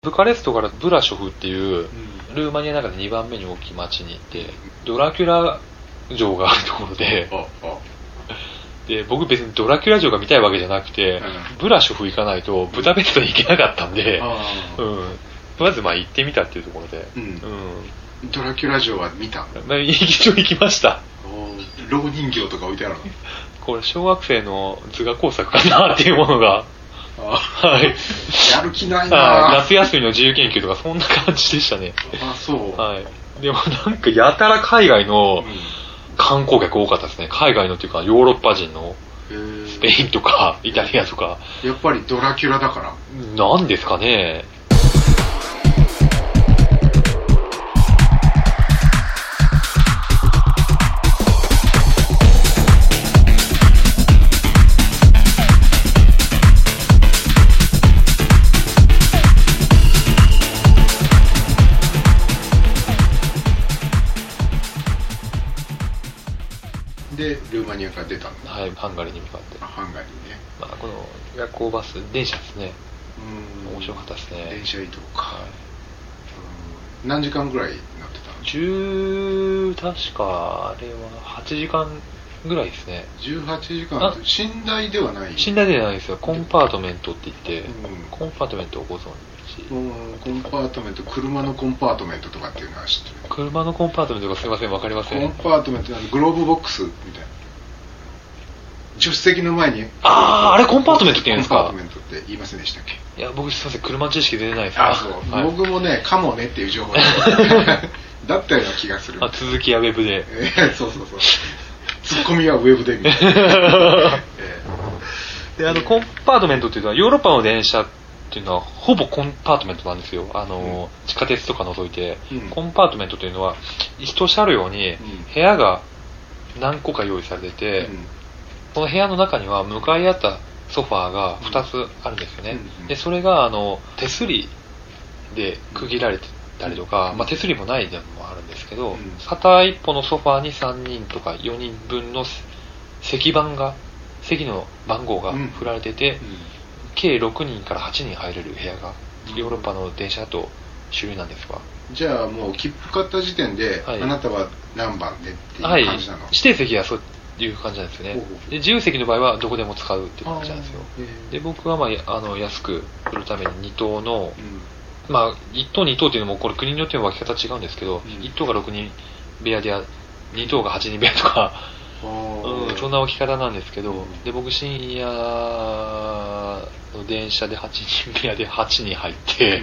ブカレストからブラショフっていうルーマニアの中で2番目に大きい町に行って、ドラキュラ城があるところで、で僕別にドラキュラ城が見たいわけじゃなくて、ブラショフ行かないとブダペストに行けなかったんで、まずまあ行ってみたっていうところで、 ドラキュラ城は見た？ 一応行きました。 蝋人形とか置いてあるの？ これ小学生の図画工作かなっていうものが、はい、 やる気ないな。 夏休みの自由研究とかそんな感じでしたね。 あ、そう。 はい。でもなんかやたら海外の観光客多かったですね。海外のっていうかヨーロッパ人の、スペインとかイタリアとか。 やっぱりドラキュラだから。 なんですかね。 でルーマニアから出たんだ。 はい、ハンガリーに向かって。 ハンガリーね。 まあ、この夜行バス電車ですね。面白かったですね。 電車移動か。はい、何時間ぐらい乗ってたの？確かあれは8時間ぐらいですね。 18時間って寝台ではない？ 寝台ではないですよ。コンパートメントって言って、コンパートメントをご存知？ コンパートメント、車のコンパートメントとかっていうのは知ってる？ 車のコンパートメントがすいません、わかりません。 コンパートメント、グローブボックスみたいな。助手席の前に。 あれコンパートメントって言うんですか？ コンパートメントって言いませんでしたっけ？ いや、僕すいません、車知識出てないです。 そう。はい、僕もね、かもねっていう情報だったような気がする。 続きはウェブで。 そう。ツッコミはウェブでみたいな。 で、コンパートメントっていうのはヨーロッパの電車っていうのはほぼコンパートメントなんですよ。地下鉄とか除いて、コンパートメントというのは一車両に部屋が何個か用意されてて、その部屋の中には向かい合ったソファーが2つあるんですよね。でそれが手すりで区切られてたりとか、手すりもないでもあるんですけど、片一方のソファーに3人とか4人分の席の番号が振られてて、計6人から8人入れる部屋がヨーロッパの電車だと主流なんですわ。 じゃあもう切符買った時点で、あなたは何番でっていう感じなの？ 指定席はそういう感じなんですよね。で自由席の場合はどこでも使うっていう感じなんですよ。で僕は安く売るために2等の、1等2等っていうのもこれ国によっても分け方違うんですけど、1等が6人部屋で2等が8人部屋とか、そんな置き方なんですけど、で僕深夜の電車で8人部屋で8人入って、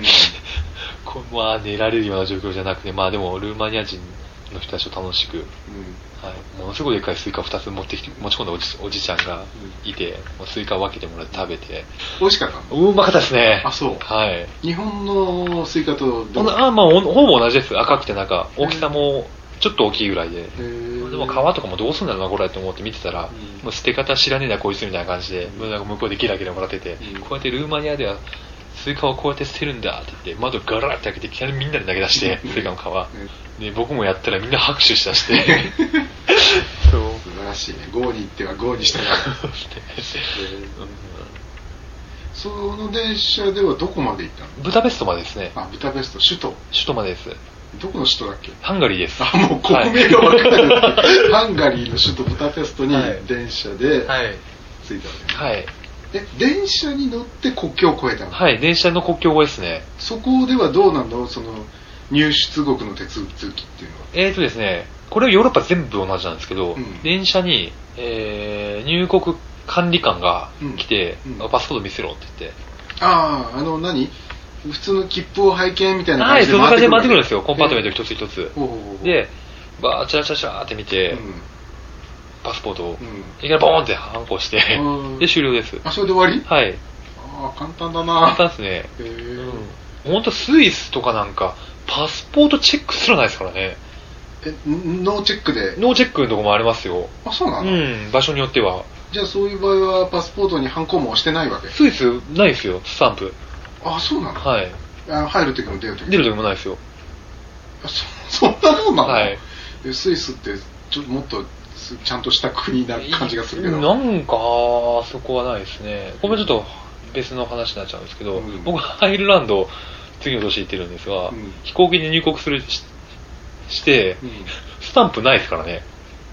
寝られるような状況じゃなくて、でもルーマニア人の人たちと楽しく、ものすごいでっかいスイカを2つ持ち込んだおじちゃんがいて、スイカを分けてもらって食べて。 美味しかったの？ うまかったですね。 あ、そう。 はい。 日本のスイカとほぼ同じです。赤くて大きさもちょっと大きいぐらいで。でも皮とかもどうすんだろうなこれと思って見てたら、もう捨て方知らねえなこいつみたいな感じで、向こうでギラギラもらってて、こうやってルーマニアではスイカをこうやって捨てるんだって言って窓ガラッて開けていきなりみんなで投げ出してスイカの皮で僕もやったらみんな拍手しだしてそう素晴らしいね。郷に行っては郷に従うその電車ではどこまで行ったの？ ブダペストまでですね。 ブダペスト、首都までです。 どこの首都だっけ？ ハンガリーです。 もう国名が分かる、ハンガリーの首都ブダペストに電車で着いたわけね。 はい。 電車に乗って国境を越えたの？ はい、電車の国境を越えですね。 そこではどうなんの？その入出国の手続きっていうのは。 ですね、これはヨーロッパ全部同じなんですけど、電車に、入国管理官が来て、パスポート見せろって言って。 何？普通の切符を拝見みたいな感じで回ってくる。回ってくるんですよ、コンパートメント一つ一つ。で、チラチラチラって見て、パスポートを、いきなりボーンってハンコして、で終了です。 それで終わり？ はい。 簡単だな。 簡単ですね。本当スイスとかなんか、パスポートチェックすらないですからね。 ノーチェックで？ ノーチェックのとこもありますよ。 そうなの？ 場所によっては。じゃあそういう場合はパスポートにハンコも押してないわけ？ スイスないですよ、スタンプ。 そうなの？ はい。 入るときも出るときも？ 出るときもないですよ。 そんなもんなの？ はい。 スイスってもっとちゃんとした国な感じがするけど。 なんかそこはないですね。これちょっと別の話になっちゃうんですけど、僕アイルランド次の年行ってるんですが、飛行機で入国して、スタンプないですからね。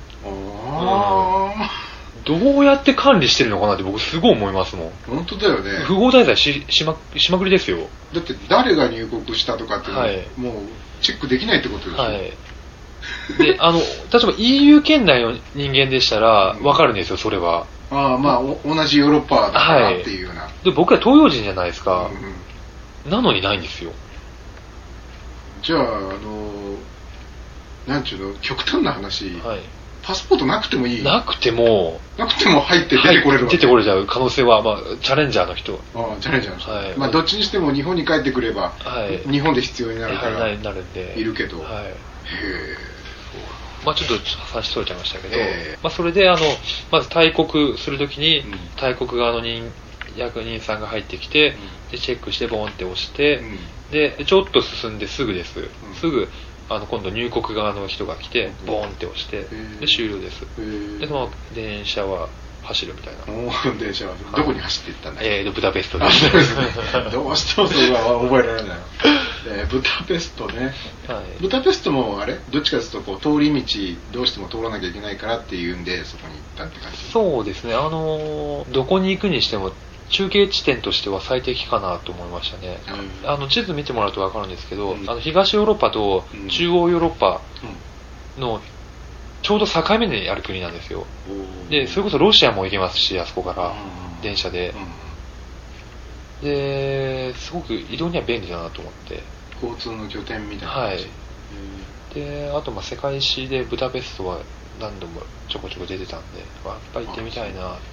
どうやって管理してるのかなって僕すごい思いますもん。 本当だよね。 不法滞在しまくりですよ。 だって誰が入国したとかってもうチェックできないってことでしょ。はい。 で、例えば EU 圏内の人間でしたらわかるんですよ、それは。 まあ同じヨーロッパだからっていうような。 で、僕は東洋人じゃないですか。なのにないんですよ。 じゃあ、なんちゅうの、極端な話、パスポートなくてもいい？ なくても入って出てこれるわけ？ 出てこれちゃう可能性は、チャレンジャーの人。 チャレンジャーの人。どっちにしても日本に帰ってくれば、日本で必要になるから、いるけど。 ちょっと話しとれちゃいましたけど、それでまず退国するときに、退国側の役人さんが入ってきて、でチェックしてボーンって押して、でちょっと進んですぐです。すぐ今度入国側の人が来てボーンって押して、で終了です。でその電車は走るみたいな。 電車はどこに走っていったんだっけ？ ブダペストです。 どうしてもそれは覚えられない。ブダペストね。ブダペストもどっちかというと通り道どうしても通らなきゃいけないからっていうんでそこに行ったって感じ。 そうですね。どこに行くにしても中継地点としては最適かなと思いましたね。地図見てもらうと分かるんですけど、東ヨーロッパと中央ヨーロッパのちょうど境目にある国なんですよ。で、それこそロシアも行けますし、あそこから電車で。で、すごく移動には便利だなと思って。 交通の拠点みたいな感じ。 で、あと世界史でブダペストは何度もちょこちょこ出てたんで、やっぱり行ってみたいなと。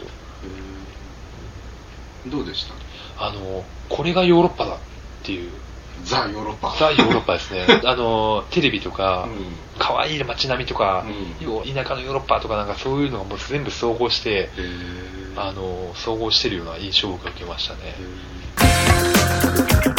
どうでした？ これがヨーロッパだっていう。 ザ・ヨーロッパ。 ザ・ヨーロッパですね。テレビとか、可愛い街並みとか、田舎のヨーロッパとかなんかそういうのがもう全部総合して、総合してるような印象を受けましたね。